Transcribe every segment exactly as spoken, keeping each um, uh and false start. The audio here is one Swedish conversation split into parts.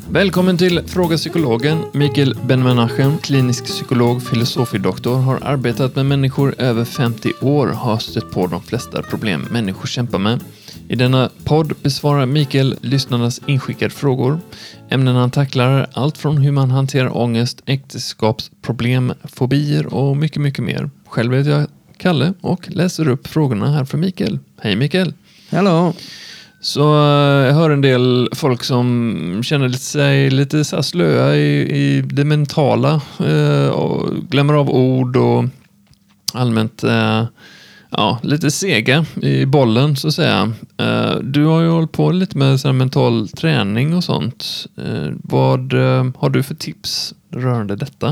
Välkommen till Fråga Psykologen. Mikael Ben-Menachem, klinisk psykolog, filosofidoktor, har arbetat med människor över femtio år, har stött på de flesta problem människor kämpar med. I denna podd besvarar Mikael lyssnarnas inskickade frågor. Ämnen han tacklar är allt från hur man hanterar ångest, äktenskapsproblem, fobier och mycket, mycket mer. Själv heter jag Kalle och läser upp frågorna här för Mikael. Hej Mikael! Hallå! Så jag hör en del folk som känner sig lite så här slöa i, i det mentala eh, och glömmer av ord och allmänt eh, ja, lite sega i bollen så att säga. Eh, du har ju hållit på lite med så här mental träning och sånt. Eh, vad eh, har du för tips rörande detta?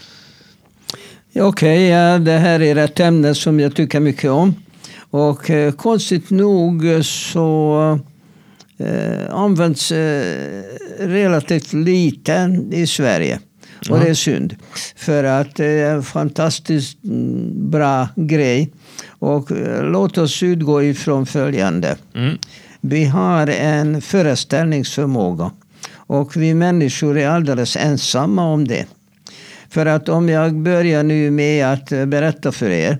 Ja, Okej, okay, ja, det här är ett ämne som jag tycker mycket om. Och eh, konstigt nog så eh, används eh, relativt lite i Sverige. Och Mm. det är synd. För att det är en fantastiskt bra grej. Och eh, låt oss utgå ifrån följande. Mm. Vi har en föreställningsförmåga. Och vi människor är alldeles ensamma om det. För att om jag börjar nu med att berätta för er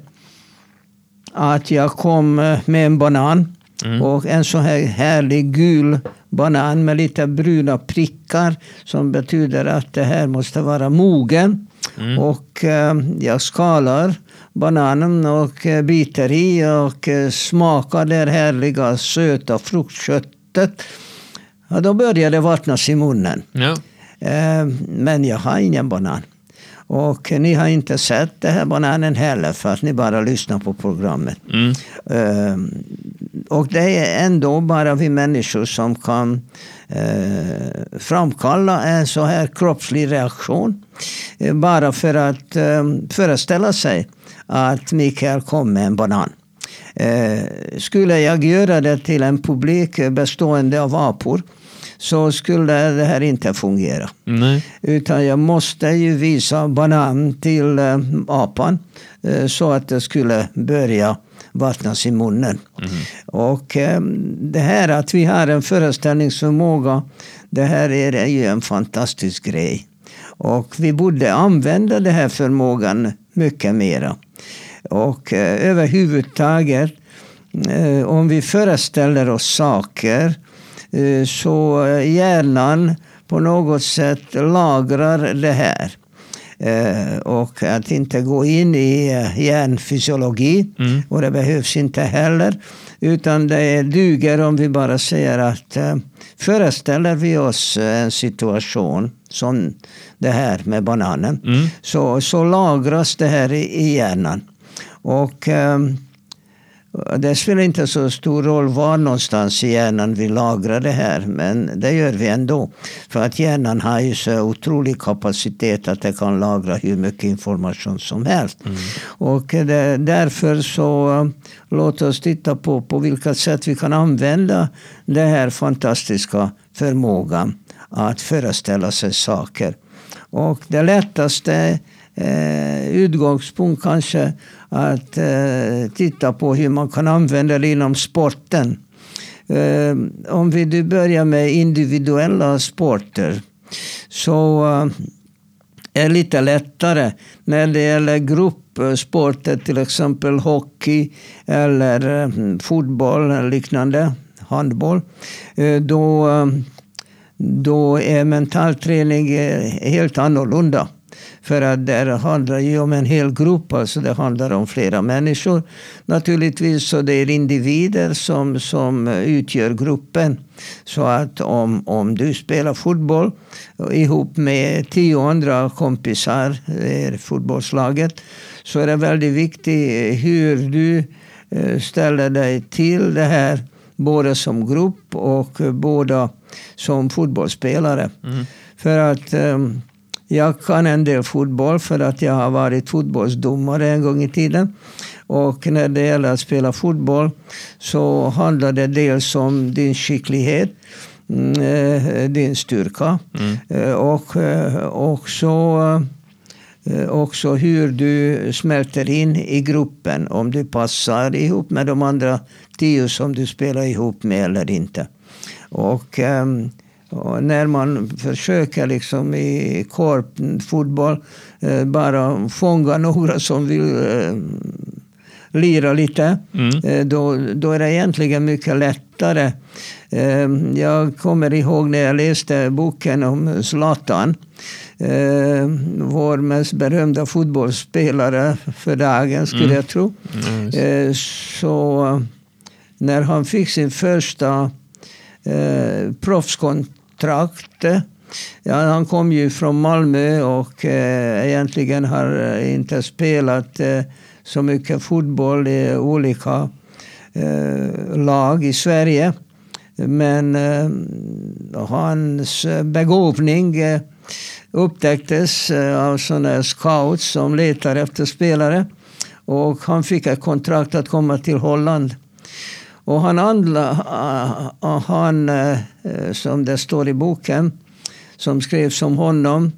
att jag kom med en banan mm. och en så här härlig gul banan med lite bruna prickar som betyder att det här måste vara mogen. Mm. Och eh, jag skalar bananen och eh, biter i och eh, smakar det härliga söta fruktköttet. Ja, då börjar det vattnas i munnen. Ja. Eh, men jag har ingen banan. Och ni har inte sett det här bananen heller för att ni bara lyssnar på programmet. Mm. Uh, och det är ändå bara vi människor som kan uh, framkalla en så här kroppslig reaktion. Uh, bara för att uh, föreställa sig att Mikael kom med en banan. Uh, skulle jag göra det till en publik bestående av apor så skulle det här inte fungera. Nej. Utan jag måste ju visa banan till äh, apan äh, så att det skulle börja vattnas i munnen. Mm. Och äh, det här att vi har en föreställningsförmåga, det här är ju en fantastisk grej. Och vi borde använda den här förmågan mycket mera. Och äh, överhuvudtaget, äh, om vi föreställer oss saker så hjärnan på något sätt lagrar det här. Och att inte gå in i hjärnfysiologi, mm. och det behövs inte heller. Utan det duger om vi bara säger att föreställer vi oss en situation som det här med bananen, mm. så, så lagras det här i, i hjärnan. Och det spelar inte så stor roll var någonstans i hjärnan vi lagrar det här. Men det gör vi ändå. För att hjärnan har ju så otrolig kapacitet att det kan lagra hur mycket information som helst. Mm. Och det, därför så låt oss titta på på vilka sätt vi kan använda den här fantastiska förmågan att föreställa sig saker. Och det lättaste eh, utgångspunkt kanske att eh, titta på hur man kan använda det inom sporten. Eh, om vi du börjar med individuella sporter så eh, är det lite lättare när det gäller gruppsporter, till exempel hockey eller eh, fotboll eller liknande, handboll. Eh, då, eh, då är mental träning helt annorlunda. För att det handlar ju om en hel grupp, alltså det handlar om flera människor. Naturligtvis så det är individer som, som utgör gruppen. Så att om, om du spelar fotboll ihop med tio andra kompisar i fotbollslaget, så är det väldigt viktigt hur du ställer dig till det här, både som grupp och båda som fotbollsspelare. Mm. För att jag kan en del fotboll för att jag har varit fotbollsdomare en gång i tiden. Och när det gäller att spela fotboll så handlar det dels om din skicklighet, din styrka mm. och också, också hur du smälter in i gruppen. Om du passar ihop med de andra tio som du spelar ihop med eller inte. Och Och när man försöker liksom i korpfotboll eh, bara fånga några som vill eh, lira lite, mm. eh, då, då är det egentligen mycket lättare. Eh, jag kommer ihåg när jag läste boken om Zlatan, eh, vår mest berömda fotbollsspelare för dagen, skulle mm. jag tro. Mm. Eh, så när han fick sin första eh, proffskontrakt, ja, han kom ju från Malmö och eh, egentligen har inte spelat eh, så mycket fotboll i olika eh, lag i Sverige. Men eh, hans begåvning eh, upptäcktes eh, av sådana scouts som letar efter spelare. Och han fick ett kontrakt att komma till Holland. Och han, andla, uh, han uh, som det står i boken, som skrevs om honom,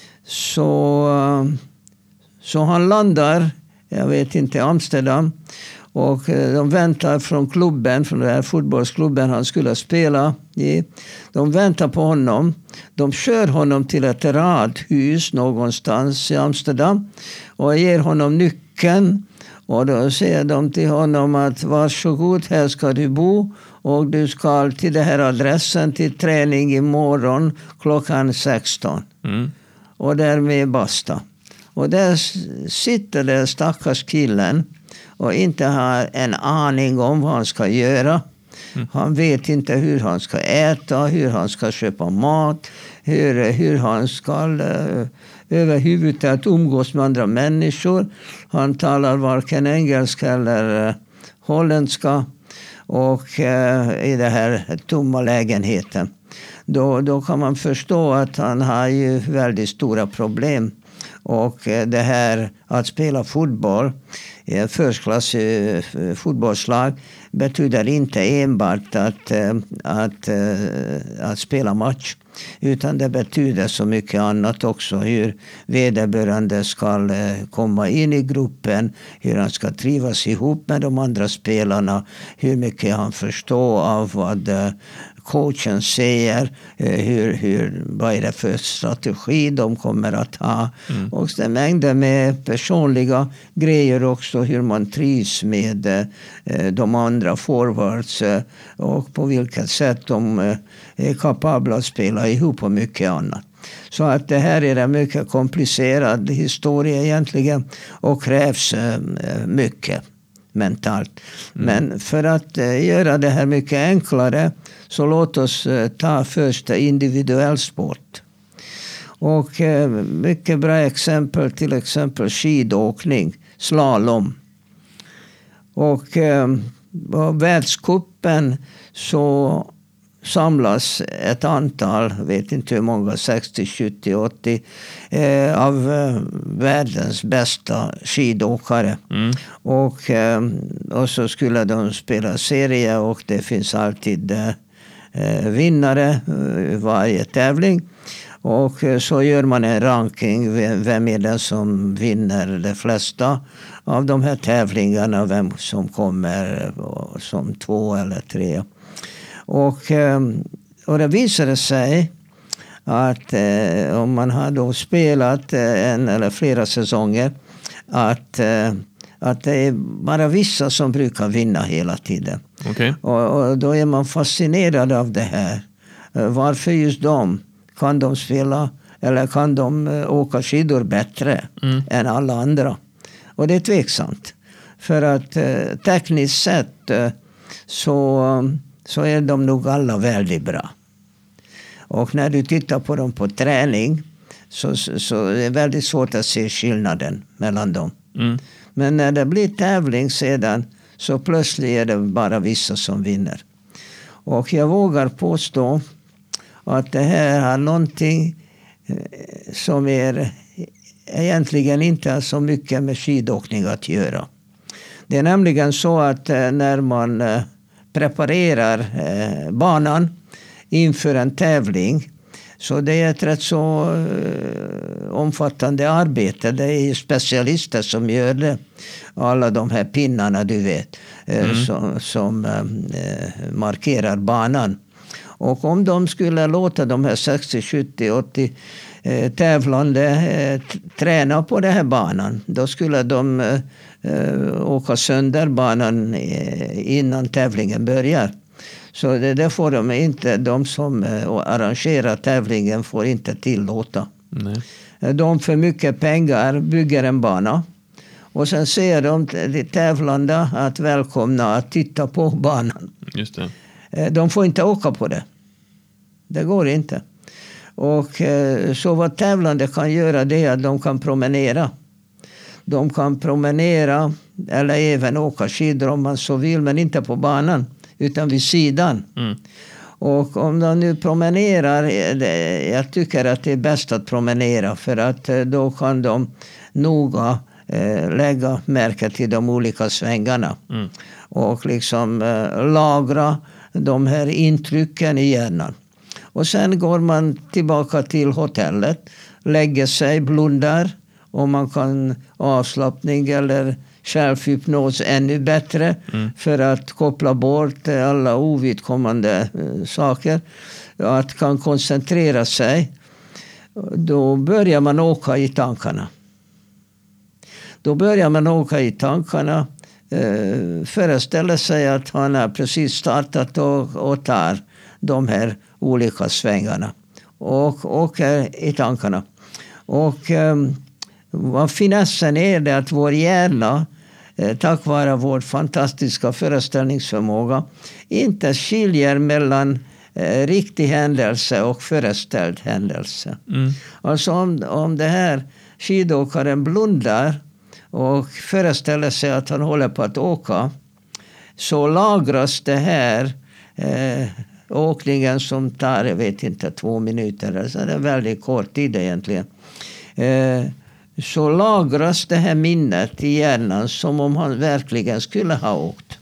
så, uh, så han landar, jag vet inte, Amsterdam. Och uh, de väntar från klubben, från den här fotbollsklubben han skulle spela i. De väntar på honom. De kör honom till ett radhus någonstans i Amsterdam och ger honom nyckeln. Och då säger de till honom att varsågod, här ska du bo och du ska till den här adressen till träning imorgon klockan sexton. Mm. Och därmed basta. Och där sitter den stackars killen och inte har en aning om vad han ska göra. Mm. Han vet inte hur han ska äta, hur han ska köpa mat, hur, hur han ska uh, överhuvudtaget umgås med andra människor. Han talar varken engelska eller uh, holländska. Och uh, i den här tomma lägenheten. Då, då kan man förstå att han har ju väldigt stora problem. Och uh, det här att spela fotboll i ett förstklassigt uh, fotbollslag betyder inte enbart att, uh, att, uh, att spela match. Utan det betyder så mycket annat också. Hur vederbörande ska komma in i gruppen. Hur han ska trivas ihop med de andra spelarna. Hur mycket han förstår av vad coachen säger. Hur, hur, vad är det för strategi de kommer att ha. Mm. Och det mängder med personliga grejer också. Hur man trivs med de andra forwards. Och på vilket sätt de är kapabla att spela ihop och mycket annat. Så att det här är en mycket komplicerad historia egentligen och krävs mycket mentalt. Mm. Men för att göra det här mycket enklare så låt oss ta först individuell sport. Och mycket bra exempel, till exempel skidåkning, slalom. Och på världscupen så samlas ett antal, vet inte hur många, sextio, sjuttio, åttio eh, av eh, världens bästa skidåkare. Mm. Och, eh, och så skulle de spela serie och det finns alltid eh, vinnare i varje tävling. Och eh, så gör man en ranking, vem är det som vinner de flesta av de här tävlingarna, vem som kommer som två eller tre. Och, och det visade sig att eh, om man har då spelat en eller flera säsonger att, eh, att det är bara vissa som brukar vinna hela tiden. Okay. Och, och då är man fascinerad av det här. Varför just de? Kan de spela eller kan de åka skidor bättre mm. än alla andra? Och det är tveksamt. För att eh, tekniskt sett eh, så... så är de nog alla väldigt bra. Och när du tittar på dem på träning så, så, så är det väldigt svårt att se skillnaden mellan dem. Mm. Men när det blir tävling sedan så plötsligt är det bara vissa som vinner. Och jag vågar påstå att det här har någonting som är egentligen inte har så mycket med skidåkning att göra. Det är nämligen så att när man preparerar eh, banan inför en tävling, så det är ett rätt så eh, omfattande arbete. Det är specialister som gör det. Alla de här pinnarna du vet eh, mm. som, som eh, markerar banan. Och om de skulle låta de här sextio, sjuttio, åttio eh, tävlande eh, träna på den här banan, då skulle de eh, åka sönder banan eh, innan tävlingen börjar. Så det, det får de inte, de som eh, arrangerar tävlingen får inte tillåta. Nej. De för mycket pengar bygger en bana. Och sen säger de till tävlande att välkomna att titta på banan. Just det. De får inte åka på det. Det går inte. Och så vad tävlande kan göra det är att de kan promenera. De kan promenera eller även åka skidor om man så vill, men inte på banan utan vid sidan. Mm. Och om de nu promenerar, jag tycker att det är bäst att promenera, för att då kan de noga eh, lägga märke till de olika svängarna. Mm. Och liksom eh, lagra de här intrycken i hjärnan. Och sen går man tillbaka till hotellet, lägger sig, blundar, och man kan avslappning eller självhypnos ännu bättre mm. för att koppla bort alla ovidkommande uh, saker. Att kan koncentrera sig. Då börjar man åka i tankarna. Då börjar man åka i tankarna. Uh, föreställer sig att han har precis startat och, och tar de här olika svängarna. Och åker i tankarna. Och um, vad finessen är det att vår hjärna, eh, tack vare vår fantastiska föreställningsförmåga, inte skiljer mellan eh, riktig händelse och föreställd händelse. Mm. Alltså om, om det här skidåkaren blundar och föreställer sig att han håller på att åka, så lagras det här eh, åkningen som tar, jag vet inte, två minuter. Alltså det är väldigt kort tid egentligen. Eh, så lagras det här minnet i hjärnan som om han verkligen skulle ha åkt.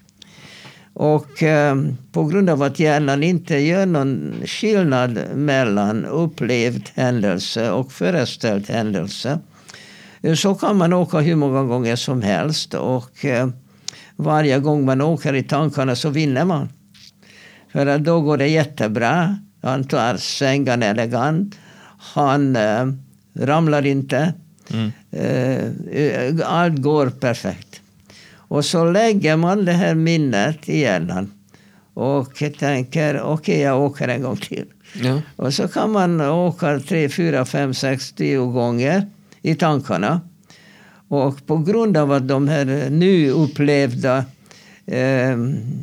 Och eh, på grund av att hjärnan inte gör någon skillnad mellan upplevd händelse och föreställd händelse, så kan man åka hur många gånger som helst. Och eh, varje gång man åker i tankarna så vinner man. För att då går det jättebra. Han tar svängarna elegant. Han eh, ramlar inte. Mm. Uh, allt går perfekt. Och så lägger man det här minnet i hjärnan och tänker, okej, okay, jag åker en gång till. Ja. Och så kan man åka tre, fyra, fem, sex, tio gånger i tankarna. Och på grund av att de här nu upplevda eh,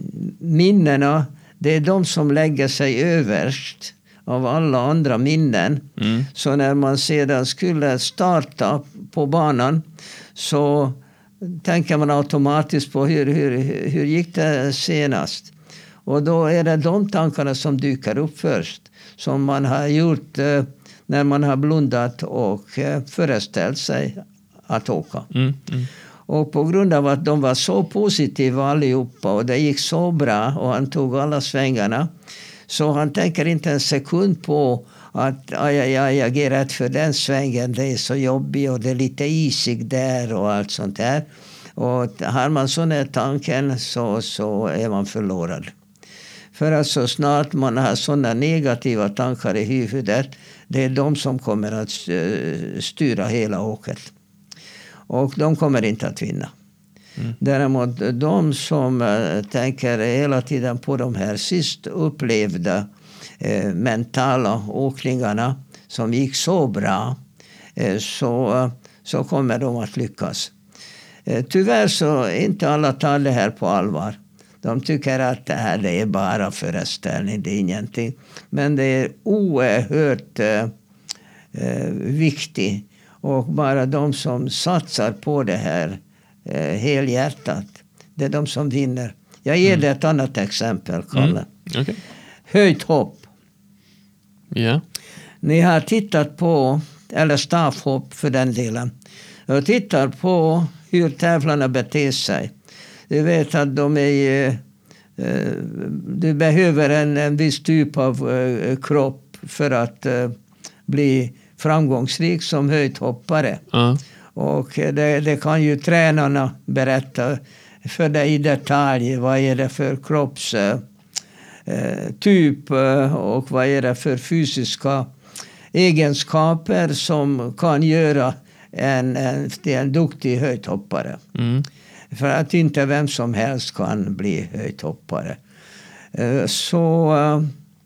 minnena, det är de som lägger sig överst av alla andra minnen. Mm. Så när man sedan skulle starta på banan, så tänker man automatiskt på hur, hur, hur gick det senast. Och då är det de tankarna som dyker upp först. Som man har gjort eh, när man har blundat och eh, föreställt sig att åka. Mm. Mm. Och på grund av att de var så positiva allihopa och det gick så bra och han tog alla svängarna, så han tänker inte en sekund på att aj, aj, aj, jag är rädd för den svängen, det är så jobbig och det är lite isig där och allt sånt där. Och har man sån här tanken, så, så är man förlorad. För att så snart man har sådana negativa tankar i huvudet, det är de som kommer att styra hela åket. Och de kommer inte att vinna. Mm. Däremot de som uh, tänker hela tiden på de här sist upplevda uh, mentala åkningarna som gick så bra, uh, så, uh, så kommer de att lyckas. Uh, tyvärr så inte alla tar det här på allvar. De tycker att det här det är bara föreställning, det är ingenting. Men det är oerhört uh, uh, viktigt. Och bara de som satsar på det här eh, helhjärtat, det är de som vinner. Jag ger mm. dig ett annat exempel, Kalle. Mm. Okay. Höjt hopp. Yeah. Ni har tittat på, eller stavhopp för den delen, och tittar på hur tävlarna beter sig. Du vet att de är, eh, du behöver en, en viss typ av eh, kropp för att eh, bli framgångsrik som höjdhoppare. Mm. Och det, det kan ju tränarna berätta för dig i detalj. Vad är det för kropps, eh, typ eh, och vad är det för fysiska egenskaper som kan göra en, en, till en duktig höjdhoppare. Mm. För att inte vem som helst kan bli höjdhoppare. Eh, så, eh,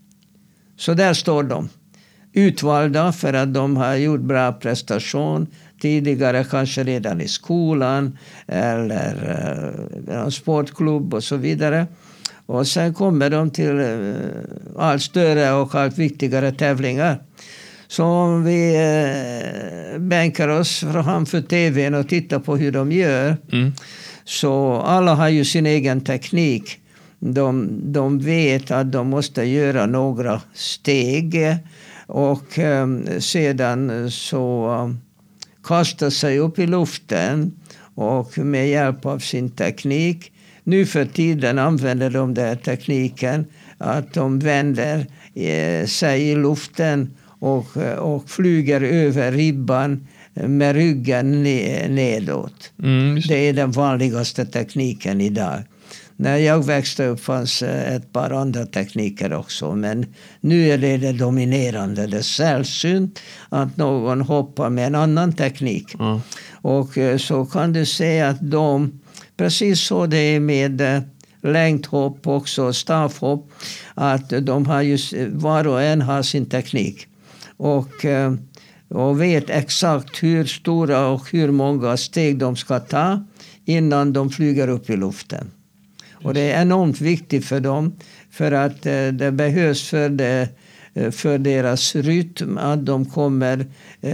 så där står de. Utvalda för att de har gjort bra prestation tidigare, kanske redan i skolan eller uh, en sportklubb och så vidare. Och sen kommer de till uh, allt större och allt viktigare tävlingar. Så om vi uh, bänkar oss framför tvn och tittar på hur de gör, mm. så alla har ju sin egen teknik. De, de vet att de måste göra några steg och um, sedan så um, kasta sig upp i luften och med hjälp av sin teknik. Nu för tiden använder de den tekniken att de vänder eh, sig i luften och, och flyger över ribban med ryggen nedåt. Mm. Det är den vanligaste tekniken idag. När jag växte upp fanns ett par andra tekniker också. Men nu är det det dominerande. Det är sällsynt att någon hoppar med en annan teknik. Mm. Och så kan du se att de, precis så det är med längdhopp också, stavhopp, att de har just, var och en har sin teknik. Och, och vet exakt hur stora och hur många steg de ska ta innan de flyger upp i luften. Och det är enormt viktigt för dem, för att det behövs för, det, för deras rytm att de kommer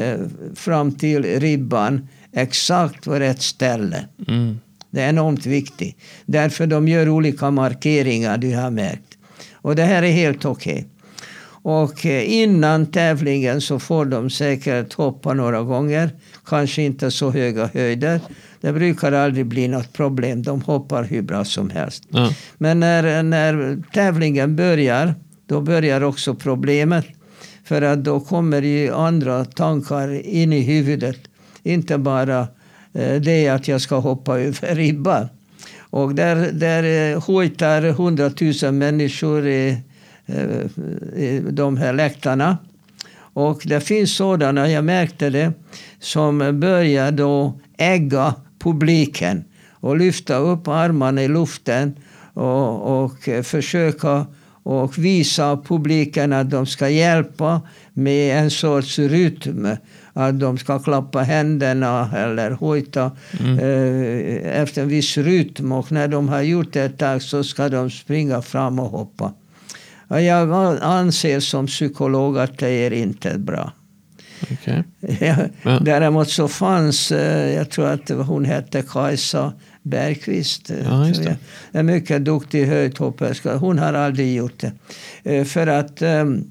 fram till ribban exakt på rätt ställe. Mm. Det är enormt viktigt. Därför de gör olika markeringar, du har märkt. Och det här är helt okej. Okay. Och innan tävlingen så får de säkert hoppa några gånger. Kanske inte så höga höjder. Det brukar aldrig bli något problem. De hoppar hur bra som helst. Ja. Men när, när tävlingen börjar, då börjar också problemet. För att då kommer ju andra tankar in i huvudet. Inte bara eh, det att jag ska hoppa över ribban. Och där, där eh, hojtar hundratusen människor i, eh, i de här läktarna. Och det finns sådana, jag märkte det, som börjar då ägga publiken och lyfta upp armarna i luften och, och försöka och visa publiken att de ska hjälpa med en sorts rytm. Att de ska klappa händerna eller hojta mm. eh, efter en viss rytm. Och när de har gjort det ett tag så ska de springa fram och hoppa. Och jag anser som psykolog att det är inte bra. Okay. Ja, ja. Däremot så fanns, jag tror att hon hette Kajsa Bergqvist. Ja, just det. En mycket duktig höjdhopperska. Hon har aldrig gjort det. För att um,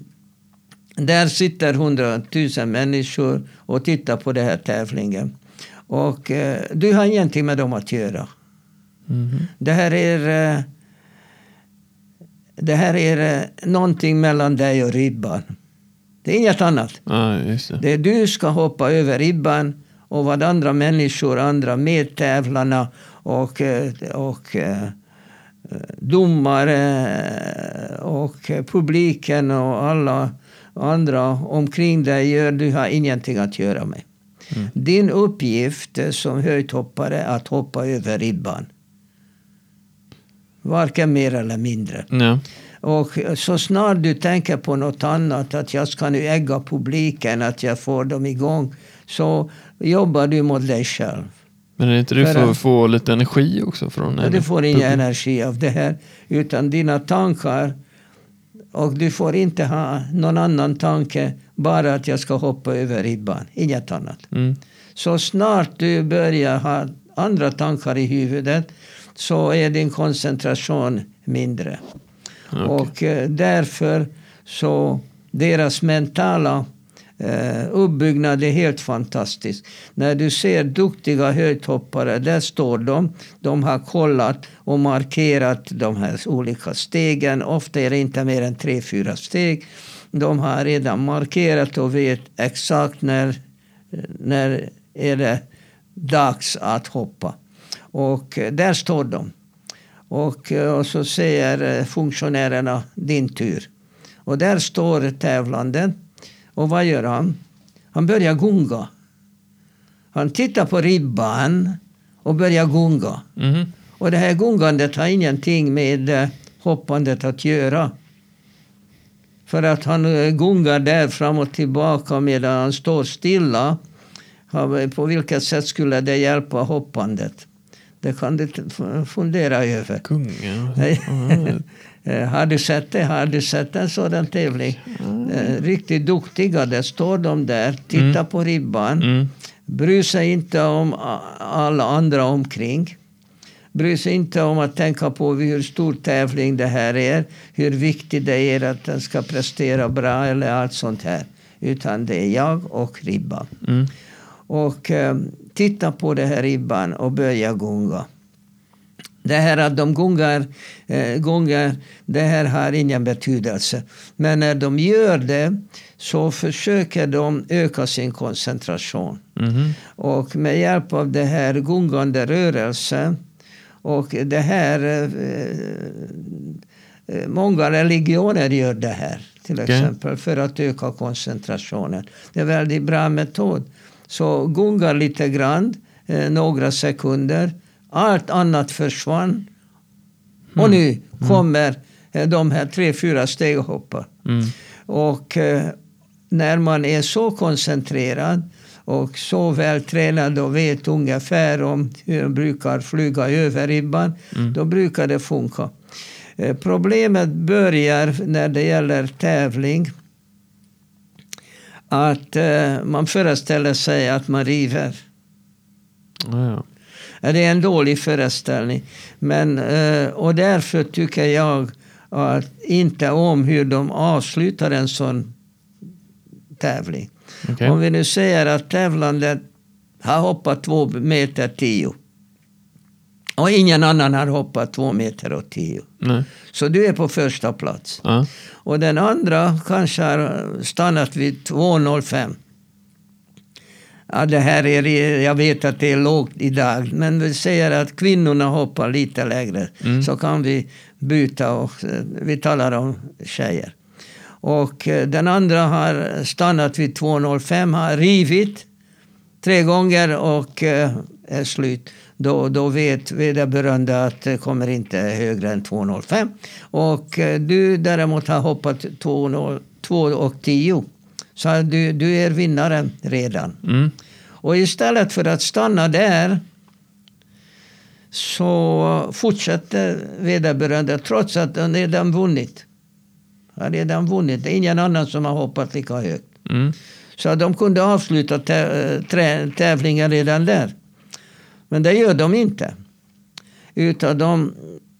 där sitter hundratusen människor och tittar på den här tävlingen. Och uh, du har ingenting med dem att göra. Mm-hmm. Det här är uh, det här är uh, någonting mellan dig och ribban. Det är inget annat. Ah, just det. Det är du ska hoppa över ribban och vad andra människor, andra medtävlarna och, och domare och publiken och alla andra omkring dig gör, du har ingenting att göra med. Mm. Din uppgift som höjdhoppare är att hoppa över ribban. Varken mer eller mindre. Ja. Och så snart du tänker på något annat, att jag ska nu ägga publiken, att jag får dem igång, så jobbar du mot dig själv. Men är inte du för, för att få lite energi också från ja, du får ingen energi av det här, utan dina tankar, och du får inte ha någon annan tanke, bara att jag ska hoppa över ribban, inget annat. Mm. Så snart du börjar ha andra tankar i huvudet så är din koncentration mindre. Okay. Och eh, därför så deras mentala eh, uppbyggnad är helt fantastisk. När du ser duktiga höjdhoppare, där står de. De har kollat och markerat de här olika stegen. Ofta är det inte mer än tre, fyra steg. De har redan markerat och vet exakt när, när är det dags att hoppa. Och eh, där står de. Och, och så säger funktionärerna din tur. Och där står tävlanden. Och vad gör han? Han börjar gunga. Han tittar på ribban och börjar gunga. Mm. Och det här gungandet har ingenting med hoppandet att göra. För att han gungar där fram och tillbaka medan han står stilla. På vilket sätt skulle det hjälpa hoppandet? Det kan du fundera över. Gunga. Har du sett det? Har du sett en sådan tävling? Mm. Riktigt duktiga. Där står de där. Titta mm. på ribban. Mm. Bryr sig inte om alla andra omkring. Bryr sig inte om att tänka på hur stor tävling det här är. Hur viktigt det är att den ska prestera bra eller allt sånt här. Utan det är jag och ribban. Mm. Och eh, titta på det här ribban och börja gunga. Det här att de gungar, eh, gungar, det här har ingen betydelse. Men när de gör det så försöker de öka sin koncentration. Mm. Och med hjälp av det här gungande rörelsen och det här, eh, många religioner gör det här till exempel för att öka koncentrationen. Det är en väldigt bra metod. Så gungar lite grann, eh, några sekunder. Allt annat försvann. Mm. Och nu mm. kommer eh, de här tre, fyra steghoppar. Mm. Och eh, när man är så koncentrerad och så vältränad och vet ungefär om hur man brukar flyga över ribban, mm. då brukar det funka. Eh, problemet börjar när det gäller tävling. Att eh, man föreställer sig att man river. Ja. Det är en dålig föreställning. Men, eh, och därför tycker jag att inte om hur de avslutar en sån tävling. Okay. Om vi nu säger att tävlandet har hoppat två meter tio. Och ingen annan har hoppat två meter och tio. Nej. Så du är på första plats. Ja. Och den andra kanske har stannat vid två noll fem. Ja, det här är, jag vet att det är lågt idag. Men vi säger att kvinnorna hoppar lite lägre. Mm. Så kan vi byta och vi talar om tjejer. Och den andra har stannat vid två noll fem. Har rivit tre gånger och är slut. Då, då vet vederbörande att det kommer inte högre än två noll fem. Och du däremot har hoppat två och tio. Så du, du är vinnaren redan. Mm. Och istället för att stanna där så fortsätter vederbörande trots att den redan vunnit. Har redan vunnit. Det är ingen annan som har hoppat lika högt. Mm. Så de kunde avsluta tä- tävlingen redan där. Men det gör de inte. Utan de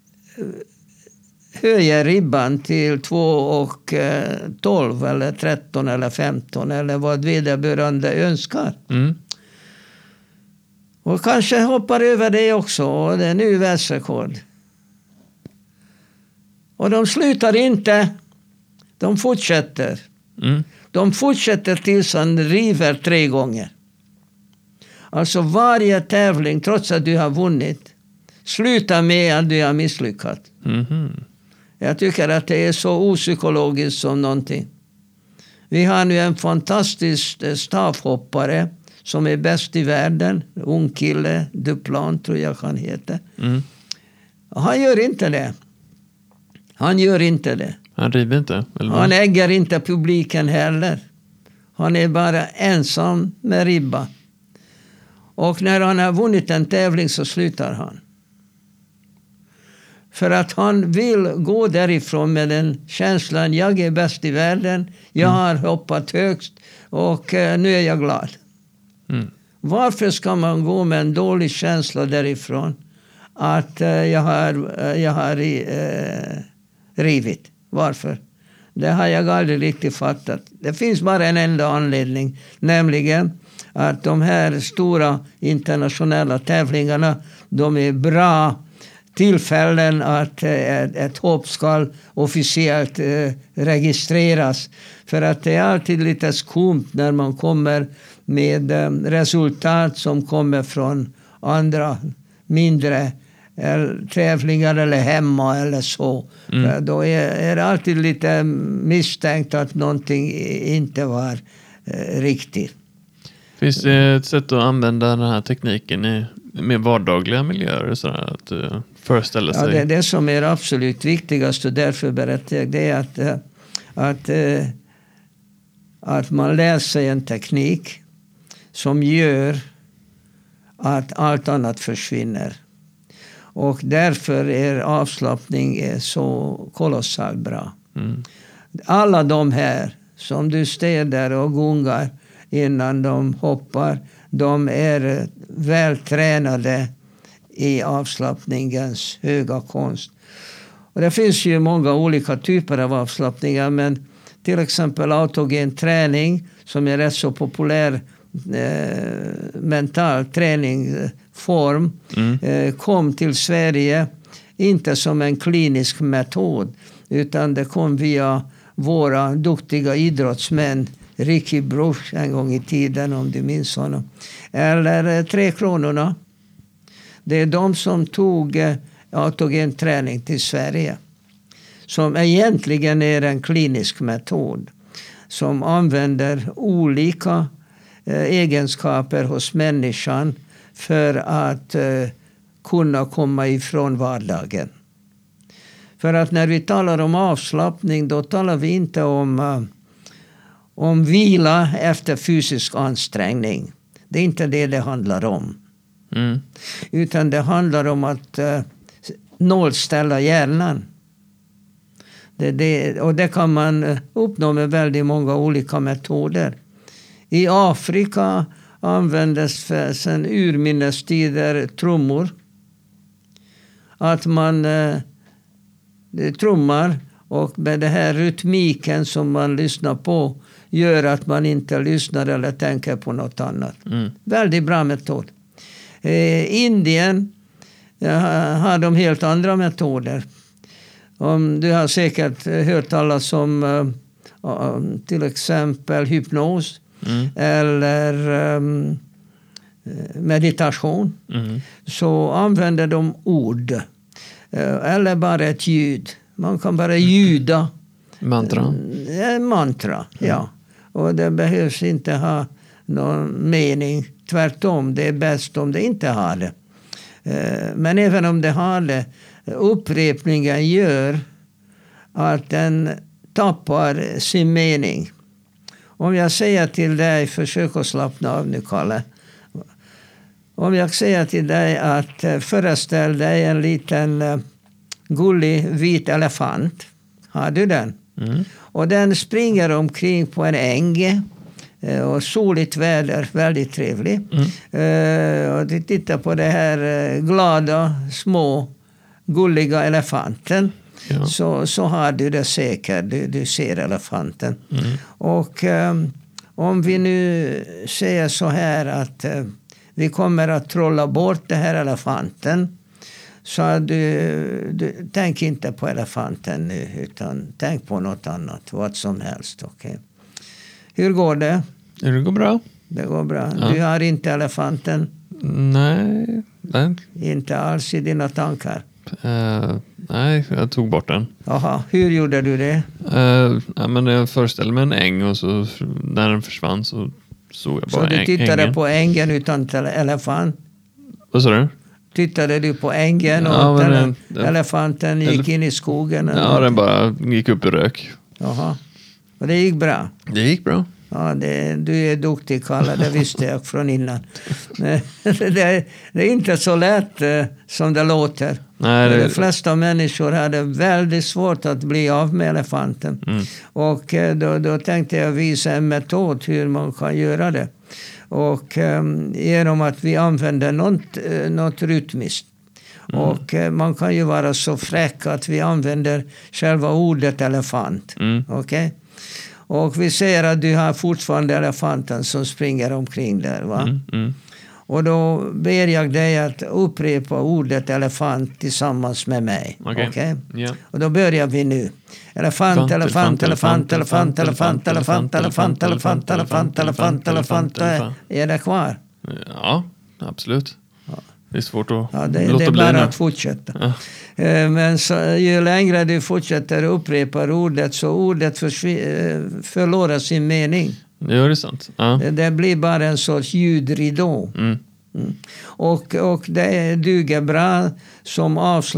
höjer ribban till två och tolv eller tretton eller femton eller vad vederbörande önskar. Mm. Och kanske hoppar över det också. Och det är nu världsrekord. Och de slutar inte. De fortsätter. Mm. De fortsätter tills han river tre gånger. Alltså varje tävling, trots att du har vunnit, slutar med att du har misslyckats. Mm-hmm. Jag tycker att det är så opsykologiskt som någonting. Vi har nu en fantastisk stavhoppare som är bäst i världen. Ung kille, Duplan tror jag han heter. Mm. Han gör inte det. Han gör inte det. Han river inte? Eller han äggar inte publiken heller. Han är bara ensam med ribba. Och när han har vunnit en tävling så slutar han. För att han vill gå därifrån med den känslan. Jag är bäst i världen. Jag mm. har hoppat högst. Och uh, nu är jag glad. Mm. Varför ska man gå med en dålig känsla därifrån? Att uh, jag har, uh, jag har uh, rivit. Varför? Det har jag aldrig riktigt fattat. Det finns bara en enda anledning. Nämligen att de här stora internationella tävlingarna, de är bra tillfällen att ett, ett hopp ska officiellt eh, registreras. För att det är alltid lite skumt när man kommer med eh, resultat som kommer från andra mindre eller tävlingar eller hemma eller så. Mm. Då är, är det alltid lite misstänkt att någonting inte var eh, riktigt. Finns det ett sätt att använda den här tekniken i mer vardagliga miljöer så att uh, föreställa sig? Ja, det, det som är absolut viktigast och därför berättar jag det är att, uh, att, uh, att man lär sig en teknik som gör att allt annat försvinner. Och därför är avslappning så kolossalt bra. Mm. Alla de här som du städer och gungar innan de hoppar, de är vältränade i avslappningens höga konst. Och det finns ju många olika typer av avslappningar, men till exempel autogen träning som är rätt så populär eh, mental träningsform mm. eh, kom till Sverige inte som en klinisk metod, utan det kom via våra duktiga idrottsmän, Ricky Bruch en gång i tiden om du minns honom. Eller eh, Tre kronorna. Det är de som tog eh, autogen träning till Sverige. Som egentligen är en klinisk metod. Som använder olika eh, egenskaper hos människan för att eh, kunna komma ifrån vardagen. För att när vi talar om avslappning, då talar vi inte om... Eh, Om vila efter fysisk ansträngning. Det är inte det det handlar om. Mm. Utan det handlar om att uh, nollställa hjärnan. Det, det, och det kan man uppnå med väldigt många olika metoder. I Afrika användes för sedan urminnes tider trummor. Att man uh, trummar och med den här rytmiken som man lyssnar på gör att man inte lyssnar eller tänker på något annat. Mm. Väldigt bra metod. Eh, Indien ja, har de helt andra metoder. Om du har säkert hört talas om uh, till exempel hypnos mm. eller um, meditation. Mm. Så använder de ord. Uh, eller bara ett ljud. Man kan bara ljuda. Mantra. Uh, mantra, mm. ja. Och det behövs inte ha någon mening. Tvärtom, det är bäst om det inte har det. Men även om det har det, upprepningen gör att den tappar sin mening. Om jag säger till dig, försök att slappna av nu, Kalle. Om jag säger till dig att föreställ dig en liten gullig vit elefant. Har du den? Mm. Och den springer omkring på en äng och soligt väder, väldigt trevlig. Mm. Uh, och du tittar på det här uh, glada, små, gulliga elefanten. Ja. Så, så har du det säkert, du, du ser elefanten. Mm. Och um, om vi nu säger så här att uh, vi kommer att trolla bort den här elefanten. Så du, du tänk inte på elefanten nu, utan tänk på något annat, vad som helst. Okay? Hur går det? Det går bra. Det går bra. Ja. Du har inte elefanten? Nej. nej. Inte alls i dina tankar? Uh, nej, jag tog bort den. Jaha, hur gjorde du det? Uh, ja, men jag föreställde mig en äng och så när den försvann så såg jag bara Så du tittade ängen. på ängen utan elefant? Vad sa du? Tittade du på ängen och ja, den, den, den, elefanten gick in i skogen? Ja, eller? Den bara gick upp i rök. Jaha. Och det gick bra? Det gick bra. Ja, det, du är duktig, Kalle, det visste jag från innan. det, det är inte så lätt eh, som det låter. Nej, det, de flesta människor hade väldigt svårt att bli av med elefanten. Mm. Och eh, då, då tänkte jag visa en metod hur man kan göra det. Och eh, genom att vi använder något, eh, något rytmiskt. Mm. Och eh, man kan ju vara så fräck att vi använder själva ordet elefant. Mm. Okej? Okay? Och vi ser att du har fortfarande elefanten som springer omkring där, va? Mm, mm. Och då ber jag dig att upprepa ordet elefant tillsammans med mig. Okej? Okay. Okay? Yeah. Och då börjar vi nu. Elefant, elefant, elefant, elefant, elefant, elefant, elefant, elefant, elefant, elefant, elefant. Är det kvar? Ja, absolut. Det är svårt att Ja, det, låta det är bli bara nu. att fortsätta. Ja. Men så, ju längre du fortsätter upprepa ordet så ordet försvin- förlorar sin mening. Det är det sant. Ja. Det, det blir bara en sorts ljudridå. Mm. Mm. Och, och det duger bra som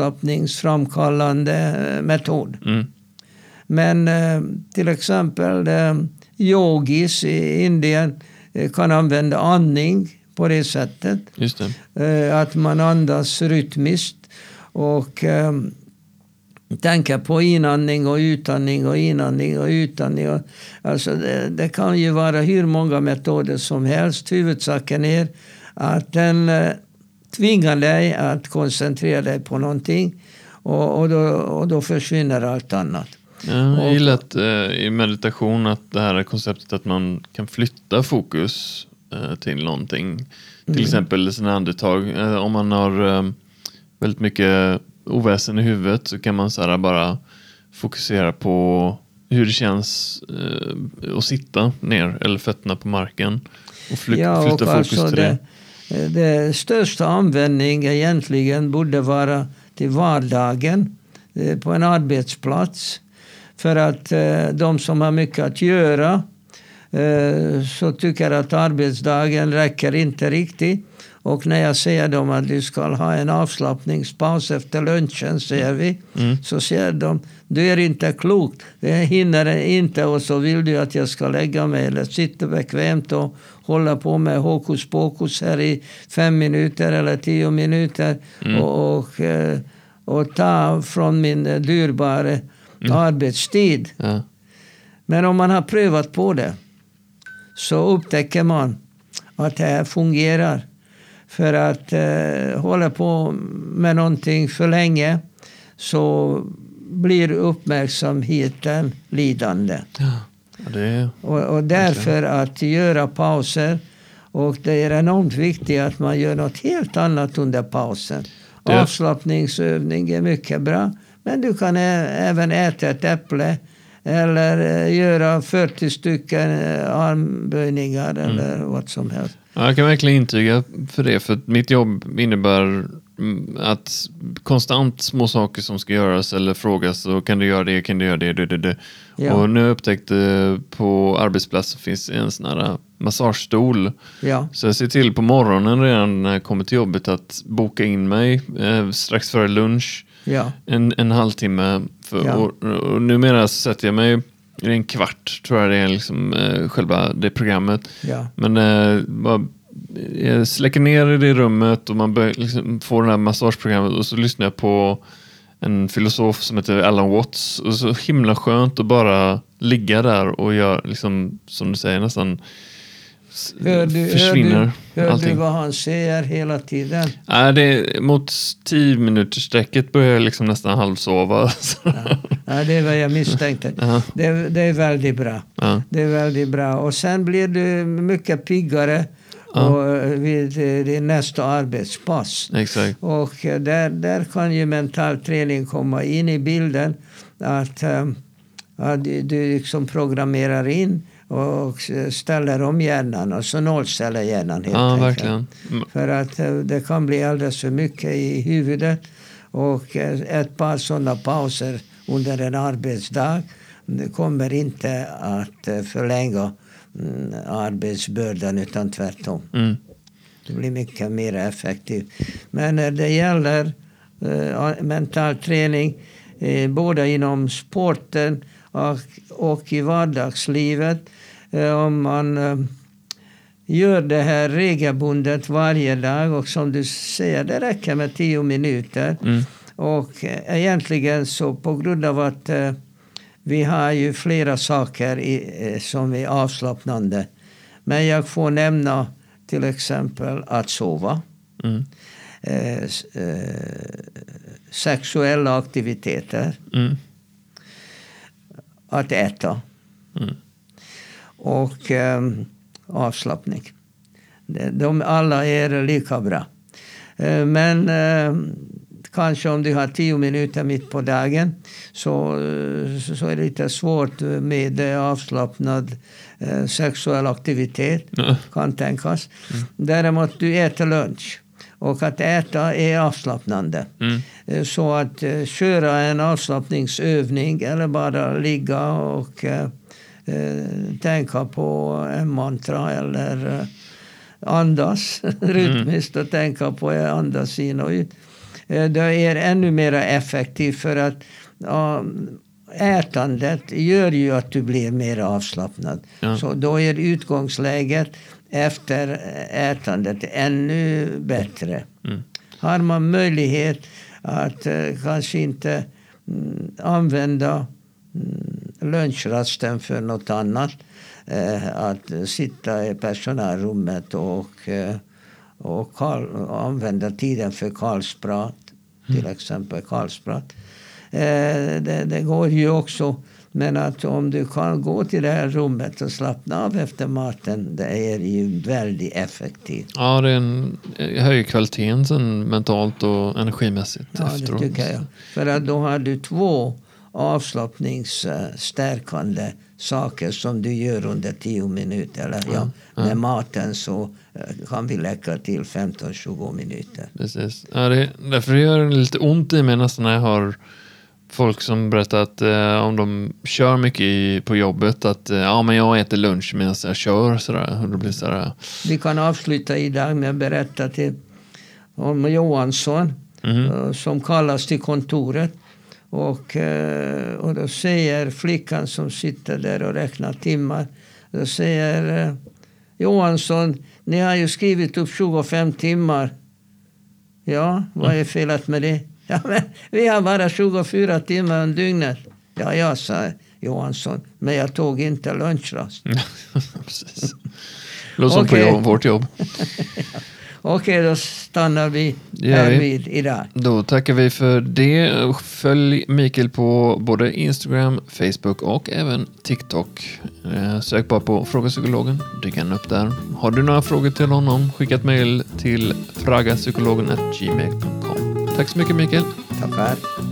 avslappningsframkallande metod. Mm. Men eh, till exempel eh, yogis i Indien eh, kan använda andning på det sättet. Just det. Eh, att man andas rytmiskt och eh, tänker på inandning och utandning och inandning och utandning. Och, alltså det, det kan ju vara hur många metoder som helst. Huvudsaken är att den eh, tvingar dig att koncentrera dig på någonting och, och, då, och då försvinner allt annat. Ja, jag gillar att, eh, i meditation att det här konceptet att man kan flytta fokus eh, till någonting. Till Mm. exempel sina andetag. Eh, om man har eh, väldigt mycket oväsen i huvudet så kan man så här bara fokusera på hur det känns eh, att sitta ner eller fötterna på marken och fly- Ja, flytta och fokus alltså till det. det. Det största användning egentligen borde vara till vardagen eh, på en arbetsplats. För att eh, de som har mycket att göra eh, så tycker att arbetsdagen räcker inte riktigt. Och när jag säger dem att du ska ha en avslappningspaus efter lunchen, säger vi, Mm. så säger de, du är inte klok, det hinner inte och så vill du att jag ska lägga mig eller sitta bekvämt och hålla på med hokus pokus här i fem minuter eller tio minuter Mm. och, och, eh, och ta från min dyrbara Mm. arbetstid. Ja. Men om man har prövat på det så upptäcker man att det här fungerar. För att eh, hålla på med någonting för länge så blir uppmärksamheten lidande. Ja, det är... Och, och därför att göra pauser, och det är enormt viktigt att man gör något helt annat under pausen. Det- Avslappningsövning är mycket bra, men du kan ä- även äta ett äpple eller eh, göra fyrtio stycken eh, armböjningar eller vad som helst. Ja, jag kan verkligen intyga för det, för att mitt jobb innebär mm, att konstant små saker som ska göras eller frågas, och kan du göra det, kan du göra det, det, det, det. Ja. Och nu har jag upptäckt eh, på arbetsplatsen finns en sån här massagestol. Ja. Så jag ser till på morgonen redan när jag kommer till jobbet att boka in mig eh, strax före lunch Ja. en, en halvtimme. För, Ja. och, och numera så sätter jag mig i en kvart, tror jag det är liksom, eh, själva det programmet. Ja. Men eh, bara, jag släcker ner i det rummet och man bör, liksom, får det här massageprogrammet och så lyssnar jag på en filosof som heter Alan Watts, och så himla skönt att bara ligga där och göra, liksom, som du säger, nästan s- Hör du, försvinner hör du, hör du allting. vad han säger hela tiden? Nej, det, mot tio minuters sträcket börjar jag liksom nästan halvsova. Ja. Ja, det är vad jag misstänkte. Ja. Det, det är väldigt bra. Ja. Det är väldigt bra. Och sen blir du mycket piggare Ja. och vid din nästa arbetspass. Exakt. Och där, där kan ju mental träning komma in i bilden. Att, um, att du, du liksom programmerar in och ställer om hjärnan. Alltså nollställer hjärnan helt Ja, enkelt. verkligen. Mm. För att uh, det kan bli alldeles för mycket i huvudet. Och uh, ett par sådana pauser under en arbetsdag det kommer inte att uh, förlänga mm, arbetsbördan, utan tvärtom. Mm. Det blir mycket mer effektivt. Men när det gäller uh, mental träning eh, både inom sporten och, och i vardagslivet, eh, om man eh, gör det här regelbundet varje dag, och som du säger, det räcker med tio minuter. Mm. Och eh, egentligen så på grund av att eh, vi har ju flera saker i, eh, som är avslappnande. Men jag får nämna till exempel att sova. Mm. Eh, s- eh, sexuella aktiviteter. Mm. Att äta. Mm. Och eh, avslappning. De, de alla är lika bra. Eh, men eh, kanske om du har tio minuter mitt på dagen så, så är det lite svårt med avslappnad eh, sexuell aktivitet. Ja. Kan tänkas. Däremot du äter lunch. Och att äta är avslappnande. Mm. Så att uh, köra en avslappningsövning eller bara ligga och uh, uh, tänka på en mantra eller uh, andas rytmiskt och tänka på att andas in och ut. Uh, det är ännu mer effektivt för att uh, ätandet gör ju att du blir mer avslappnad. Ja. Så då är utgångsläget efter ätandet ännu bättre. Mm. Har man möjlighet att uh, kanske inte mm, använda mm, lunchrasten för något annat. Uh, att sitta i personalrummet och, uh, och kall, använda tiden för kallsprat. Mm. Till exempel kallsprat. Uh, det, det går ju också. Men att om du kan gå till det här rummet och slappna av efter maten, det är ju väldigt effektivt. Ja, det är en hög kvaliteten sen mentalt och energimässigt. Ja, efteråt. Det tycker jag. För att då har du två avslappningsstärkande saker som du gör under tio minuter. Eller ja, ja. Med maten så kan vi lägga till femton till tjugo minuter. Precis. Ja, det, därför gör det lite ont i mig nästan när jag har folk som berättar att eh, om de kör mycket i, på jobbet att eh, ja, men jag äter lunch medan jag kör sådär. Och det blir sådär. Vi kan avsluta idag med att berätta till om Johansson mm-hmm. uh, som kallas till kontoret och, uh, och då säger flickan som sitter där och räknar timmar, då säger uh, Johansson, ni har ju skrivit upp tjugofem timmar. Ja, vad är felet med det? Ja, men vi har bara tjugofyra timmar om dygnet. Ja, jag sa Johansson. Men jag tog inte lunchrast. Precis. Låt som okay. på jobb, vårt jobb. Okej, okay, då stannar vi här vid idag. Då tackar vi för det. Följ Mikael på både Instagram, Facebook och även TikTok. Sök bara på Fråga Psykologen. Dyk gärna upp där. Har du några frågor till honom, skicka ett mejl till fragapsykologen at gmail dot com. Tack så mycket, Mikael. Tackar.